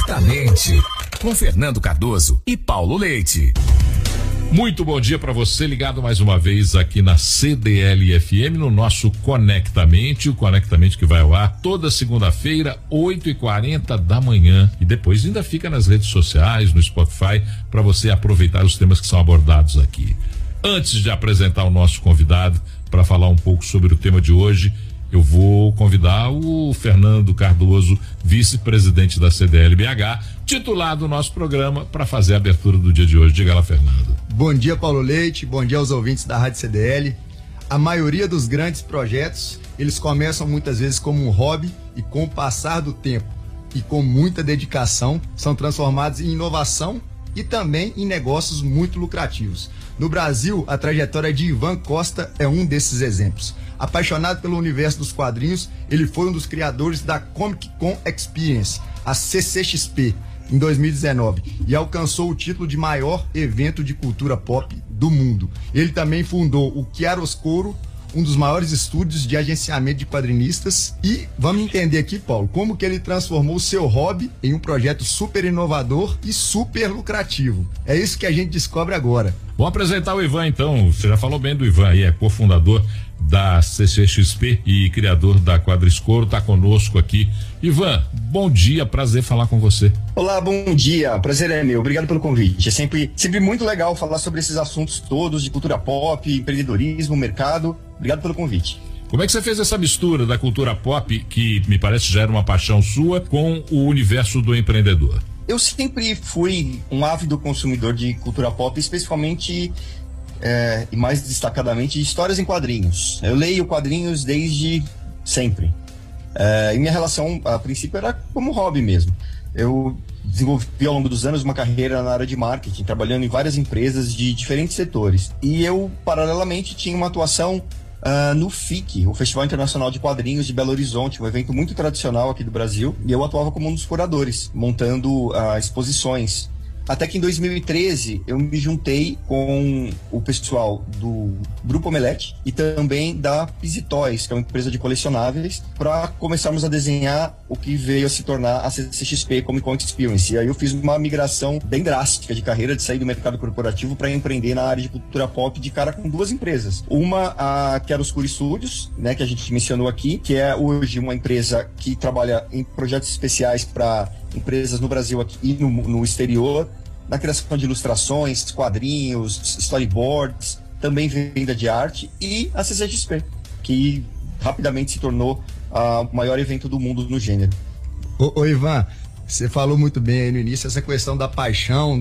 Conectamente, com Fernando Cardoso e Paulo Leite. Muito bom dia para você, ligado mais uma vez aqui na CDL-FM, no nosso Conectamente, o Conectamente que vai ao ar toda segunda-feira, 8h40 da manhã, e depois ainda fica nas redes sociais, no Spotify, para você aproveitar os temas que são abordados aqui. Antes de apresentar o nosso convidado para falar um pouco sobre o tema de hoje, eu vou convidar o Fernando Cardoso, vice-presidente da CDL-BH, titular do nosso programa, para fazer a abertura do dia de hoje. Diga lá, Fernando. Bom dia, Paulo Leite, bom dia aos ouvintes da Rádio CDL. A maioria dos grandes projetos, eles começam muitas vezes como um hobby e com o passar do tempo e com muita dedicação, são transformados em inovação e também em negócios muito lucrativos. No Brasil, a trajetória de Ivan Costa é um desses exemplos. Apaixonado pelo universo dos quadrinhos, ele foi um dos criadores da Comic Con Experience, a CCXP, em 2019, e alcançou o título de maior evento de cultura pop do mundo. Ele também fundou o Chiaroscuro, um dos maiores estúdios de agenciamento de quadrinistas. E vamos entender aqui, Paulo, como que ele transformou o seu hobby em um projeto super inovador e super lucrativo. É isso que a gente descobre agora. Vamos apresentar o Ivan, então. Você já falou bem do Ivan aí, é cofundador da CCXP e criador da Quadriscoro, está conosco aqui. Ivan, bom dia, prazer falar com você. Olá, bom dia, prazer é meu, obrigado pelo convite. É sempre muito legal falar sobre esses assuntos todos de cultura pop, empreendedorismo, mercado. Obrigado pelo convite. Como é que você fez essa mistura da cultura pop, que me parece já era uma paixão sua, com o universo do empreendedor? Eu sempre fui um ávido consumidor de cultura pop, especificamente e mais destacadamente de histórias em quadrinhos. Eu leio quadrinhos desde sempre. E minha relação, a princípio, era como hobby mesmo. Eu desenvolvi ao longo dos anos uma carreira na área de marketing, trabalhando em várias empresas de diferentes setores. E eu, paralelamente, tinha uma atuação no FIC, o Festival Internacional de Quadrinhos de Belo Horizonte, um evento muito tradicional aqui do Brasil, e eu atuava como um dos curadores, montando exposições. Até que em 2013 eu me juntei com o pessoal do Grupo Omelete e também da Pizzy Toys, que é uma empresa de colecionáveis, para começarmos a desenhar o que veio a se tornar a CCXP Comic Con Experience. E aí eu fiz uma migração bem drástica de carreira, de sair do mercado corporativo para empreender na área de cultura pop, de cara com duas empresas. Uma, a Chiaroscuro Studios, né, que a gente mencionou aqui, que é hoje uma empresa que trabalha em projetos especiais para empresas no Brasil aqui e no exterior, na criação de ilustrações, quadrinhos, storyboards, também venda de arte, e a CCXP, que rapidamente se tornou o maior evento do mundo no gênero. Ô Ivan, você falou muito bem aí no início, essa questão da paixão,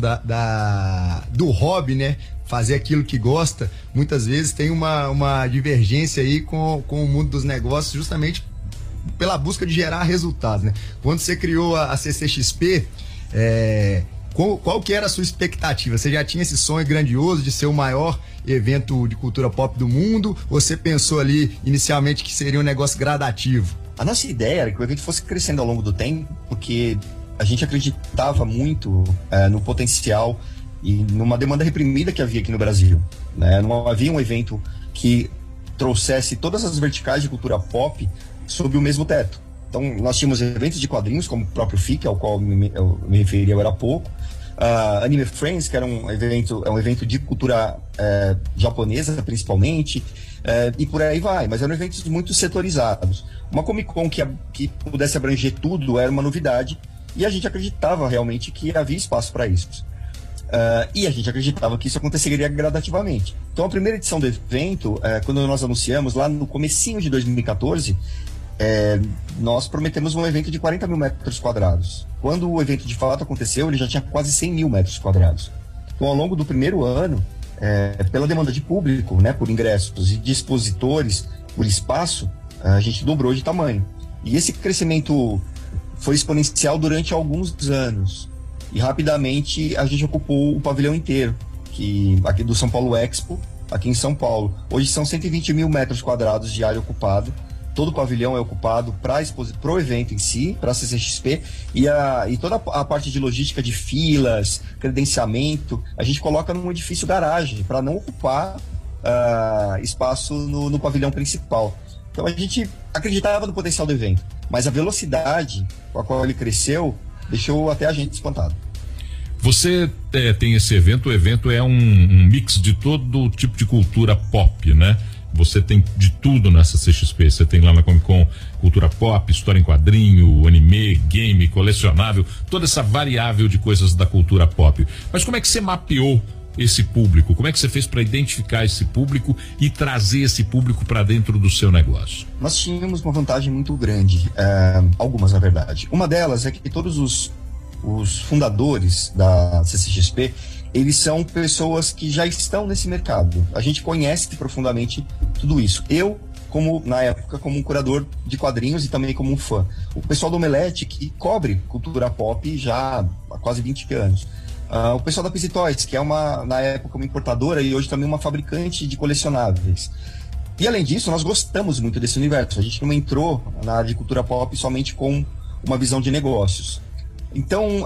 do hobby, né? Fazer aquilo que gosta, muitas vezes tem uma divergência aí com o mundo dos negócios, justamente pela busca de gerar resultados, né? Quando você criou a CCXP, qual que era a sua expectativa? Você já tinha esse sonho grandioso de ser o maior evento de cultura pop do mundo? Ou você pensou ali inicialmente que seria um negócio gradativo? A nossa ideia era que o evento fosse crescendo ao longo do tempo, porque a gente acreditava muito no potencial e numa demanda reprimida que havia aqui no Brasil, né? Não havia um evento que trouxesse todas as verticais de cultura pop sob o mesmo teto. Então, nós tínhamos eventos de quadrinhos, como o próprio FIC, ao qual eu me referi agora há pouco. Anime Friends, que era um evento de cultura japonesa, principalmente. E por aí vai, mas eram eventos muito setorizados. Uma Comic Con que pudesse abranger tudo era uma novidade, e a gente acreditava realmente que havia espaço para isso. E a gente acreditava que isso aconteceria gradativamente. Então, a primeira edição do evento, quando nós anunciamos, lá no comecinho de 2014, nós prometemos um evento de 40 mil metros quadrados. Quando o evento de fato aconteceu, ele já tinha quase 100 mil metros quadrados. Então, ao longo do primeiro ano, pela demanda de público, né, por ingressos, e de expositores, por espaço, a gente dobrou de tamanho. E esse crescimento foi exponencial durante alguns anos. E rapidamente a gente ocupou o pavilhão inteiro, aqui do São Paulo Expo, aqui em São Paulo. Hoje são 120 mil metros quadrados de área ocupada. Todo o pavilhão é ocupado para o evento em si, para a CCXP, e toda a parte de logística de filas, credenciamento, a gente coloca num edifício garagem, para não ocupar espaço no pavilhão principal. Então a gente acreditava no potencial do evento, mas a velocidade com a qual ele cresceu deixou até a gente espantado. Você tem esse evento, o evento é um mix de todo tipo de cultura pop, né? Você tem de tudo nessa CXP, você tem lá na Comic Con cultura pop, história em quadrinho, anime, game, colecionável, toda essa variável de coisas da cultura pop. Mas como é que você mapeou esse público? Como é que você fez para identificar esse público e trazer esse público para dentro do seu negócio? Nós tínhamos uma vantagem muito grande, algumas na verdade. Uma delas é que todos os fundadores da CCXP, eles são pessoas que já estão nesse mercado. A gente conhece profundamente tudo isso. Eu, na época, como um curador de quadrinhos e também como um fã. O pessoal do Omelete, que cobre cultura pop já há quase 20 anos. O pessoal da Pizzy Toys, que é na época uma importadora e hoje também uma fabricante de colecionáveis. E além disso, nós gostamos muito desse universo. A gente não entrou na área de cultura pop somente com uma visão de negócios. Então,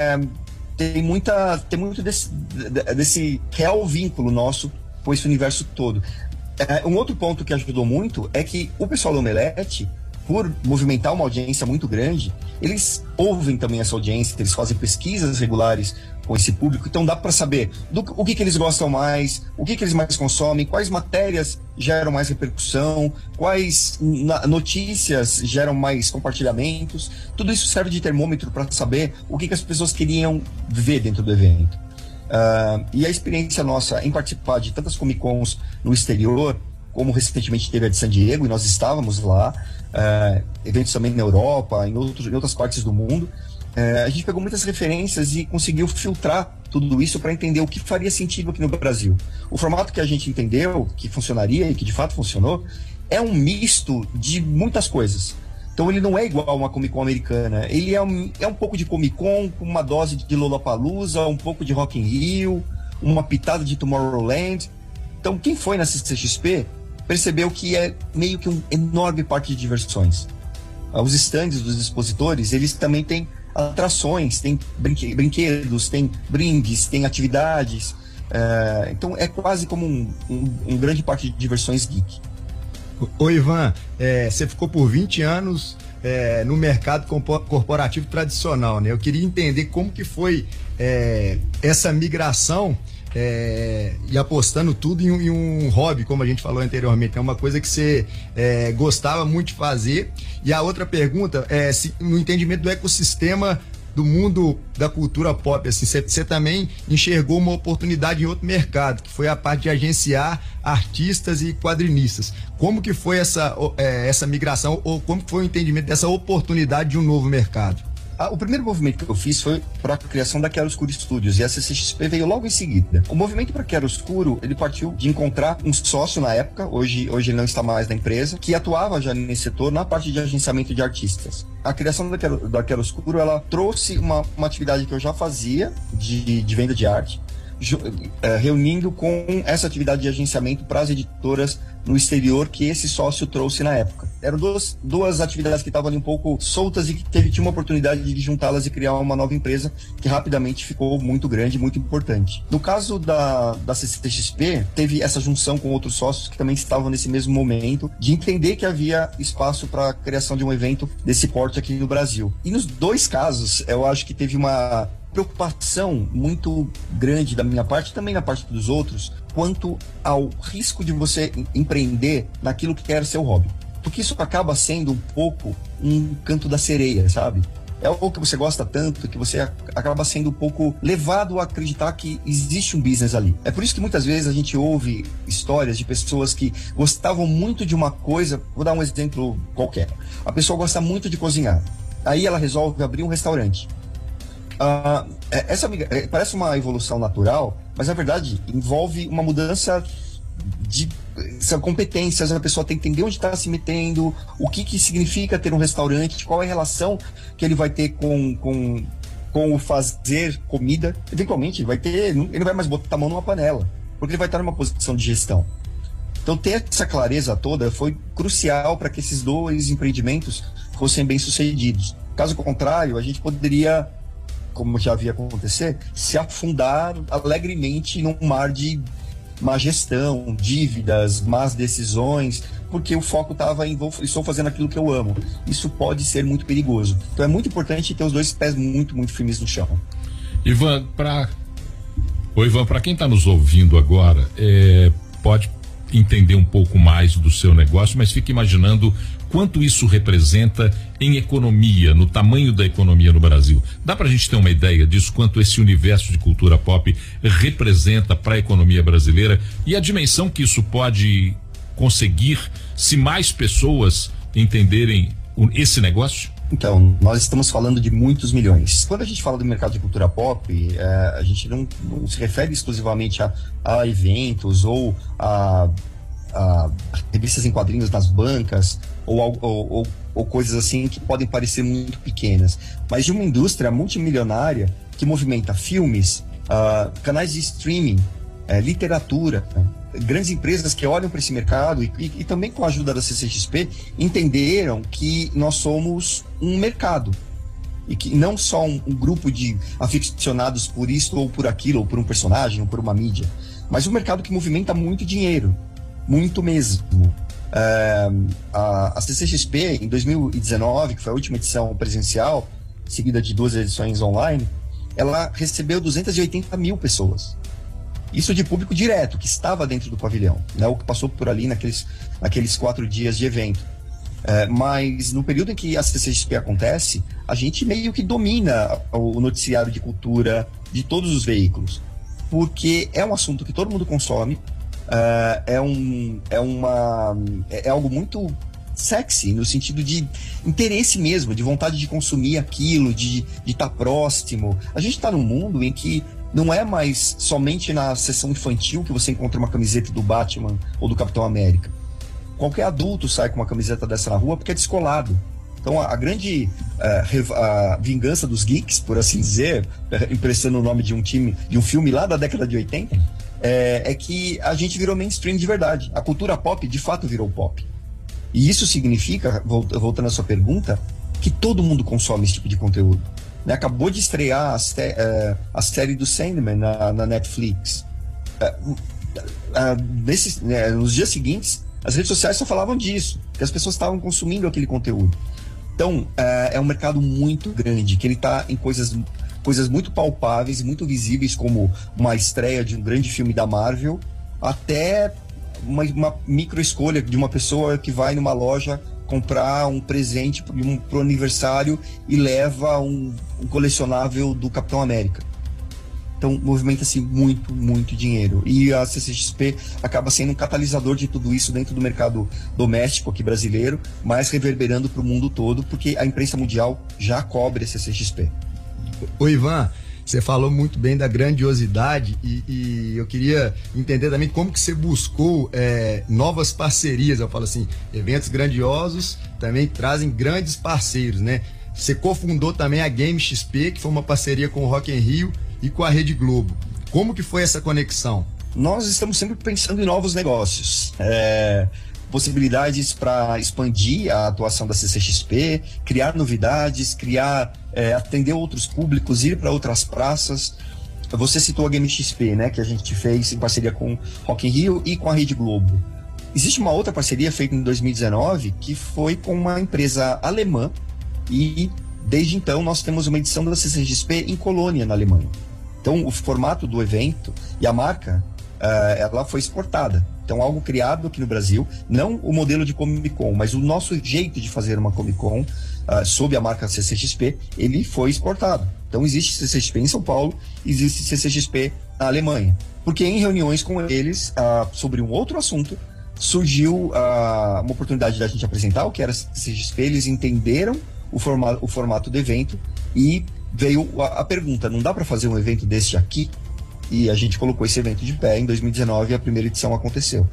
tem muito desse real vínculo nosso com esse universo todo. Um outro ponto que ajudou muito é que o pessoal do Omelete, por movimentar uma audiência muito grande, eles ouvem também essa audiência, eles fazem pesquisas regulares com esse público, então dá para saber o que eles gostam mais, o que eles mais consomem, quais matérias geram mais repercussão, quais notícias geram mais compartilhamentos. Tudo isso serve de termômetro para saber o que as pessoas queriam ver dentro do evento. E a experiência nossa em participar de tantas Comic Cons no exterior, como recentemente teve a de San Diego, e nós estávamos lá, eventos também na Europa, em outras partes do mundo, a gente pegou muitas referências e conseguiu filtrar tudo isso para entender o que faria sentido aqui no Brasil. O formato que a gente entendeu que funcionaria e que de fato funcionou é um misto de muitas coisas. Então ele não é igual a uma Comic Con americana, ele é um pouco de Comic Con com uma dose de Lollapalooza, um pouco de Rock in Rio, uma pitada de Tomorrowland. Então quem foi na CCXP percebeu que é meio que um enorme parque de diversões. Os estandes dos expositores, eles também têm atrações, tem brinquedos, tem brindes, tem atividades. Então é quase como um grande parque de diversões geek. Ô Ivan, você ficou por 20 anos no mercado corporativo tradicional, né? Eu queria entender como que foi essa migração e apostando tudo em um hobby, como a gente falou anteriormente. É uma coisa que você gostava muito de fazer. E a outra pergunta é se no entendimento do ecossistema do mundo da cultura pop, assim, você também enxergou uma oportunidade em outro mercado, que foi a parte de agenciar artistas e quadrinistas. Como que foi essa migração, ou como que foi o entendimento dessa oportunidade de um novo mercado? O primeiro movimento que eu fiz foi para a criação da Chiaroscuro Studios, e a CCXP veio logo em seguida. O movimento para Chiaroscuro, ele partiu de encontrar um sócio na época, hoje ele não está mais na empresa, que atuava já nesse setor na parte de agenciamento de artistas. A criação da Chiaroscuro, ela trouxe uma atividade que eu já fazia de venda de arte, reunindo com essa atividade de agenciamento para as editoras no exterior que esse sócio trouxe na época. Eram duas atividades que estavam ali um pouco soltas e que tinha uma oportunidade de juntá-las e criar uma nova empresa que rapidamente ficou muito grande e muito importante. No caso da CCXP, teve essa junção com outros sócios que também estavam nesse mesmo momento de entender que havia espaço para a criação de um evento desse porte aqui no Brasil. E nos dois casos, eu acho que teve uma preocupação muito grande da minha parte, também na parte dos outros, quanto ao risco de você empreender naquilo que era seu hobby. Porque isso acaba sendo um pouco um canto da sereia, sabe? É algo que você gosta tanto que você acaba sendo um pouco levado a acreditar que existe um business ali. É por isso que muitas vezes a gente ouve histórias de pessoas que gostavam muito de uma coisa. Vou dar um exemplo qualquer. A pessoa gosta muito de cozinhar. Aí ela resolve abrir um restaurante. Parece uma evolução natural, mas na verdade envolve uma mudança de competências. A pessoa tem que entender onde está se metendo, o que significa ter um restaurante, qual é a relação que ele vai ter com o fazer comida. Eventualmente ele não vai mais botar a mão numa panela, porque ele vai estar numa posição de gestão. Então ter essa clareza toda foi crucial para que esses dois empreendimentos fossem bem sucedidos. Caso contrário, a gente poderia, como já havia acontecer, se afundar alegremente num mar de má gestão, dívidas, más decisões, porque o foco estava em estou fazendo aquilo que eu amo. Isso pode ser muito perigoso. Então é muito importante ter os dois pés muito, muito firmes no chão. Ivan, para quem está nos ouvindo agora, pode entender um pouco mais do seu negócio, mas fica imaginando quanto isso representa em economia, no tamanho da economia no Brasil. Dá pra gente ter uma ideia disso, quanto esse universo de cultura pop representa para a economia brasileira e a dimensão que isso pode conseguir se mais pessoas entenderem esse negócio? Então, nós estamos falando de muitos milhões. Quando a gente fala do mercado de cultura pop, a gente não se refere exclusivamente a eventos ou a revistas em quadrinhos nas bancas ou coisas assim que podem parecer muito pequenas, mas de uma indústria multimilionária que movimenta filmes, canais de streaming, literatura, grandes empresas que olham para esse mercado e também com a ajuda da CCXP entenderam que nós somos um mercado e que não só um grupo de aficionados por isto ou por aquilo, ou por um personagem, ou por uma mídia, mas um mercado que movimenta muito dinheiro, muito mesmo. A CCXP, em 2019, que foi a última edição presencial, seguida de 2 edições online, ela recebeu 280 mil pessoas. Isso de público direto, que estava dentro do pavilhão, né, o que passou por ali naqueles 4 dias de evento. Mas no período em que a CCXP acontece, a gente meio que domina o noticiário de cultura de todos os veículos, porque é um assunto que todo mundo consome, é algo muito sexy, no sentido de interesse mesmo, de vontade de consumir aquilo, de estar próximo. A gente está num mundo em que não é mais somente na sessão infantil que você encontra uma camiseta do Batman ou do Capitão América. Qualquer adulto sai com uma camiseta dessa na rua porque é descolado. Então a grande a vingança dos geeks, por assim dizer, emprestando o nome de um filme lá da década de 80, é que a gente virou mainstream de verdade. A cultura pop de fato virou pop. E isso significa, voltando à sua pergunta, que todo mundo consome esse tipo de conteúdo. Né? Acabou de estrear a série do Sandman na Netflix. Nos dias seguintes, as redes sociais só falavam disso, que as pessoas estavam consumindo aquele conteúdo. Então, é um mercado muito grande, que ele está em coisas muito palpáveis, muito visíveis, como uma estreia de um grande filme da Marvel, até uma micro escolha de uma pessoa que vai numa loja comprar um presente pro aniversário e leva um colecionável do Capitão América. Então movimenta-se muito, muito dinheiro. E a CCXP acaba sendo um catalisador de tudo isso dentro do mercado doméstico aqui brasileiro, mas reverberando para o mundo todo, porque a imprensa mundial já cobre a CCXP. Ô Ivan, você falou muito bem da grandiosidade e eu queria entender também como que você buscou novas parcerias. Eu falo assim, eventos grandiosos também trazem grandes parceiros, né? Você cofundou também a Game XP, que foi uma parceria com o Rock in Rio e com a Rede Globo. Como que foi essa conexão? Nós estamos sempre pensando em novos negócios. Possibilidades para expandir a atuação da CCXP, criar novidades, atender outros públicos, ir para outras praças. Você citou a Game XP, né, que a gente fez em parceria com Rock in Rio e com a Rede Globo. Existe uma outra parceria feita em 2019 que foi com uma empresa alemã e desde então nós temos uma edição da CCXP em Colônia, na Alemanha. Então o formato do evento e a marca, ela foi exportada. Então, algo criado aqui no Brasil, não o modelo de Comic Con, mas o nosso jeito de fazer uma Comic Con sob a marca CCXP, ele foi exportado. Então, existe CCXP em São Paulo, existe CCXP na Alemanha. Porque em reuniões com eles, sobre um outro assunto, surgiu uma oportunidade da gente apresentar o que era CCXP, eles entenderam o formato do evento e veio a pergunta, não dá para fazer um evento deste aqui? E a gente colocou esse evento de pé em 2019 e a primeira edição aconteceu.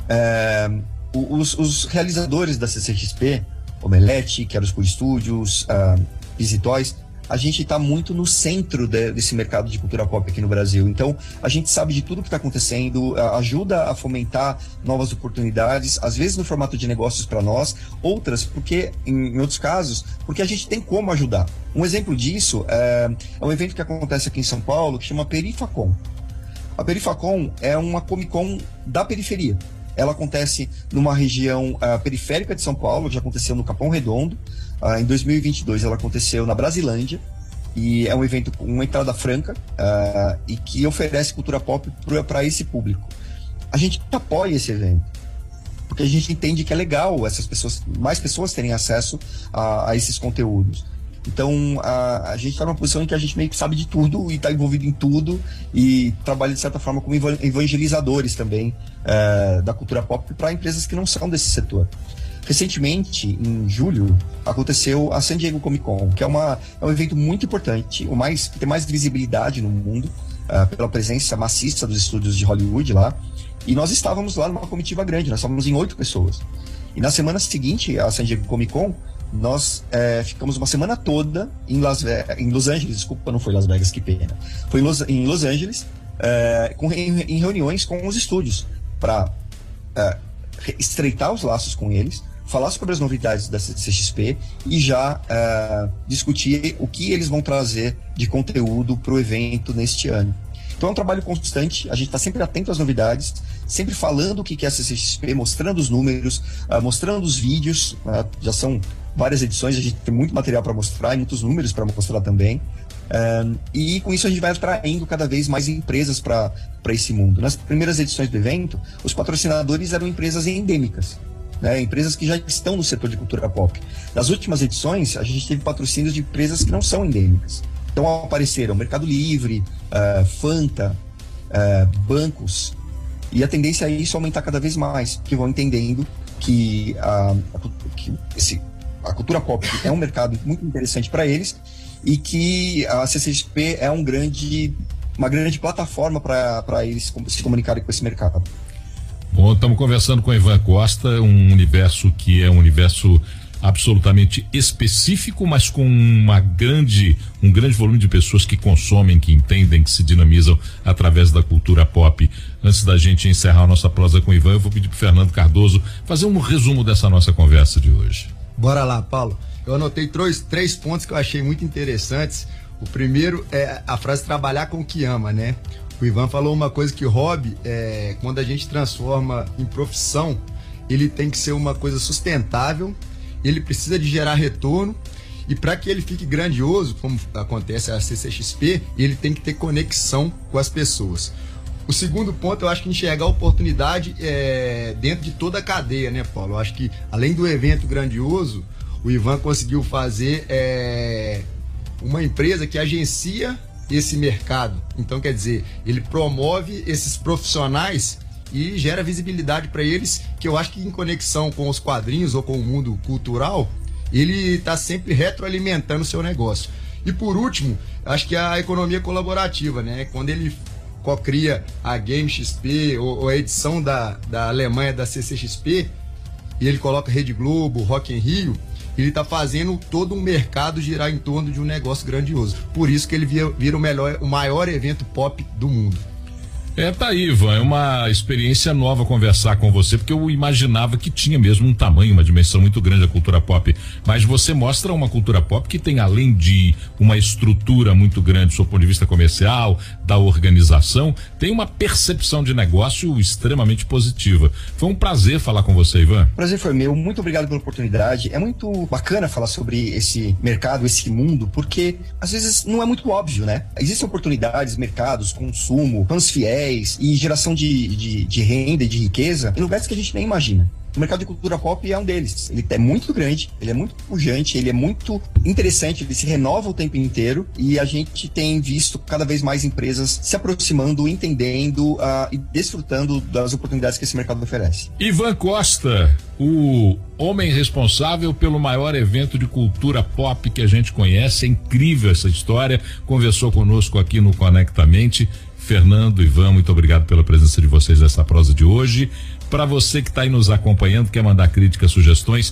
Os realizadores da CCXP, Omelete, Chiaroscuro Studios, Visitoys, a gente está muito no centro desse mercado de cultura pop aqui no Brasil. Então, a gente sabe de tudo que está acontecendo, ajuda a fomentar novas oportunidades, às vezes no formato de negócios para nós, outras, porque em outros casos, porque a gente tem como ajudar. Um exemplo disso é um evento que acontece aqui em São Paulo, que chama Perifacon. A Perifacon é uma Comic Con da periferia. ela acontece numa região periférica de São Paulo, já aconteceu no Capão Redondo. Em 2022 ela aconteceu na Brasilândia, e é um evento com uma entrada franca e que oferece cultura pop para esse público. A gente apoia esse evento, porque a gente entende que é legal mais pessoas terem acesso a esses conteúdos. Então, a gente está numa posição em que a gente meio que sabe de tudo e está envolvido em tudo e trabalha, de certa forma, como evangelizadores também da cultura pop para empresas que não são desse setor. Recentemente, em julho, aconteceu a San Diego Comic Con, que é um evento muito importante, que tem mais visibilidade no mundo, pela presença maciça dos estúdios de Hollywood lá. E nós estávamos lá numa comitiva grande, nós estávamos em 8 pessoas. E na semana seguinte, a San Diego Comic Con, nós ficamos uma semana toda em Los Angeles, desculpa, não foi Las Vegas, que pena. Foi em Los Angeles, em reuniões com os estúdios, para estreitar os laços com eles, falar sobre as novidades da CCXP e já discutir o que eles vão trazer de conteúdo para o evento neste ano. Então é um trabalho constante, a gente está sempre atento às novidades, sempre falando o que é a CCXP, mostrando os números, mostrando os vídeos, já são várias edições, a gente tem muito material para mostrar e muitos números para mostrar também. E com isso a gente vai atraindo cada vez mais empresas para esse mundo. Nas primeiras edições do evento, os patrocinadores eram empresas endêmicas, né? Empresas que já estão no setor de cultura pop. Nas últimas edições, a gente teve patrocínios de empresas que não são endêmicas. Então apareceram Mercado Livre, Fanta, bancos, e a tendência é isso aumentar cada vez mais, que vão entendendo que a cultura pop é um mercado muito interessante para eles e que a CCXP é uma grande plataforma para eles se comunicarem com esse mercado. Bom, estamos conversando com Ivan Costa, um universo que é um universo absolutamente específico, mas com um grande volume de pessoas que consomem, que entendem, que se dinamizam através da cultura pop. Antes da gente encerrar a nossa prosa com o Ivan, eu vou pedir para o Fernando Cardoso fazer um resumo dessa nossa conversa de hoje. Bora lá, Paulo. Eu anotei três pontos que eu achei muito interessantes. O primeiro é a frase trabalhar com o que ama, né? O Ivan falou uma coisa que hobby, quando a gente transforma em profissão, ele tem que ser uma coisa sustentável, ele precisa de gerar retorno, e para que ele fique grandioso, como acontece a CCXP, ele tem que ter conexão com as pessoas. O segundo ponto, eu acho que enxergar a oportunidade dentro de toda a cadeia, né, Paulo? Eu acho que, além do evento grandioso, o Ivan conseguiu fazer uma empresa que agencia esse mercado. Então, quer dizer, ele promove esses profissionais e gera visibilidade para eles, que eu acho que em conexão com os quadrinhos ou com o mundo cultural, ele está sempre retroalimentando o seu negócio. E por último, acho que a economia colaborativa, né? Quando ele cria a Game XP ou a edição da Alemanha da CCXP, e ele coloca Rede Globo, Rock in Rio, ele está fazendo todo um mercado girar em torno de um negócio grandioso. Por isso que ele vira o maior evento pop do mundo. Tá aí, Ivan, é uma experiência nova conversar com você, porque eu imaginava que tinha mesmo um tamanho, uma dimensão muito grande a cultura pop, mas você mostra uma cultura pop que tem, além de uma estrutura muito grande do seu ponto de vista comercial, da organização, tem uma percepção de negócio extremamente positiva. Foi um prazer falar com você, Ivan. Prazer foi meu, muito obrigado pela oportunidade. É muito bacana falar sobre esse mercado, esse mundo, porque às vezes não é muito óbvio, né? Existem oportunidades, mercados, consumo, fãs fiéis e geração de renda e de riqueza em lugares que a gente nem imagina. O mercado de cultura pop é um deles. Ele é muito grande, ele é muito pujante, ele é muito interessante, ele se renova o tempo inteiro e a gente tem visto cada vez mais empresas se aproximando, entendendo e desfrutando das oportunidades que esse mercado oferece. Ivan Costa, o homem responsável pelo maior evento de cultura pop que a gente conhece. É incrível essa história. Conversou conosco aqui no Conectamente. Fernando, Ivan, muito obrigado pela presença de vocês nessa prosa de hoje. Para você que está aí nos acompanhando, quer mandar críticas, sugestões,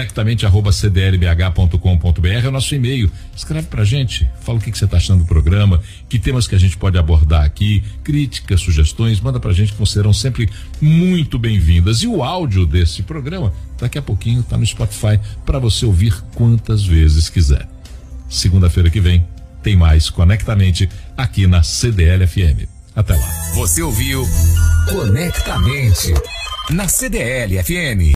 conectamente@cdlbh.com.br é o nosso e-mail. Escreve pra gente, fala o que você está achando do programa, que temas que a gente pode abordar aqui, críticas, sugestões, manda pra gente que serão sempre muito bem-vindas. E o áudio desse programa, daqui a pouquinho está no Spotify para você ouvir quantas vezes quiser. Segunda-feira que vem tem mais Conectamente aqui na CDL FM. Até lá. Você ouviu Conectamente. Na CDL FM.